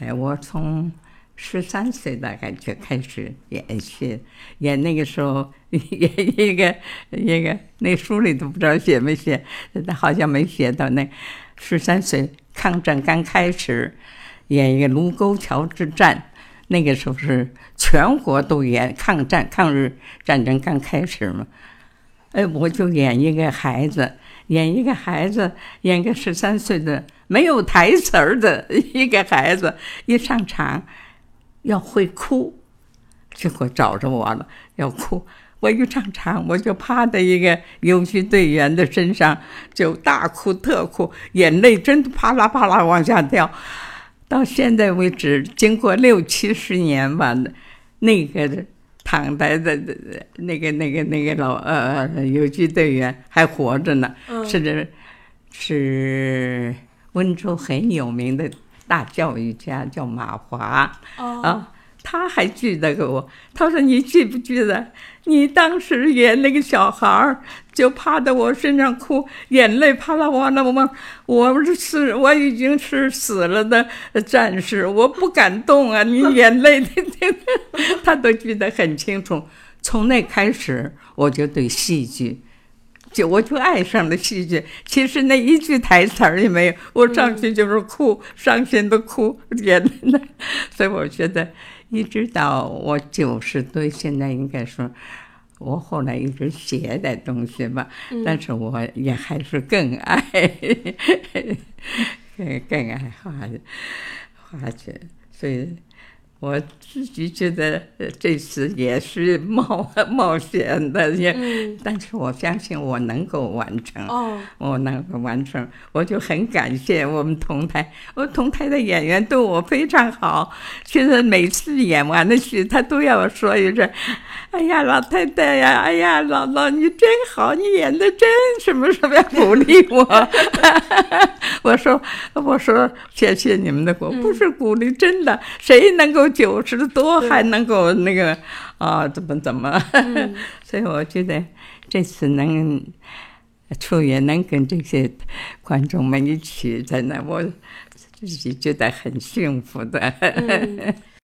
我从13岁大概就开始演戏，演那个时候演一个那书里都不知道写没写，好像没写到那13岁抗战刚开始，演一个卢沟桥之战，那个时候是全国都演抗日战争刚开始嘛。我就演一个孩子，演个13岁的没有台词儿的一个孩子，一上场要会哭，结果找着我了，要哭。我一上场，我就趴在一个游击队员的身上，就大哭特哭，眼泪真的啪啦啪啦往下掉。到现在为止，经过60、70年吧，那个躺在的那个老游击队员还活着呢，是温州很有名的大教育家，叫马华他还记得给我，他说你记不记得你当时演那个小孩就趴在我身上哭，眼泪啪啦哇啦哇，我已经是死了的战士，我不敢动啊，你眼泪他都记得很清楚。从那开始我就对戏剧我就爱上了戏剧，其实那一句台词也没有，我上去就是哭，伤心的哭，眼泪。所以我觉得一直到我90多，现在应该说我后来一直写点东西吧，但是我也还是更爱话剧，所以我自己觉得这次也是冒险的，但是我相信我能够完成。我能够完成，我就很感谢我们同台的演员对我非常好。现在每次演完的戏，他都要说一声：“哎呀，老太太呀，哎呀，姥姥你真好，你演的真什么什么，要鼓励我。”我说谢谢你们的鼓励，不是鼓励，真的，谁能够90多还能够那个怎么所以我觉得这次能出演，能跟这些观众们一起在那，我自己觉得很幸福的。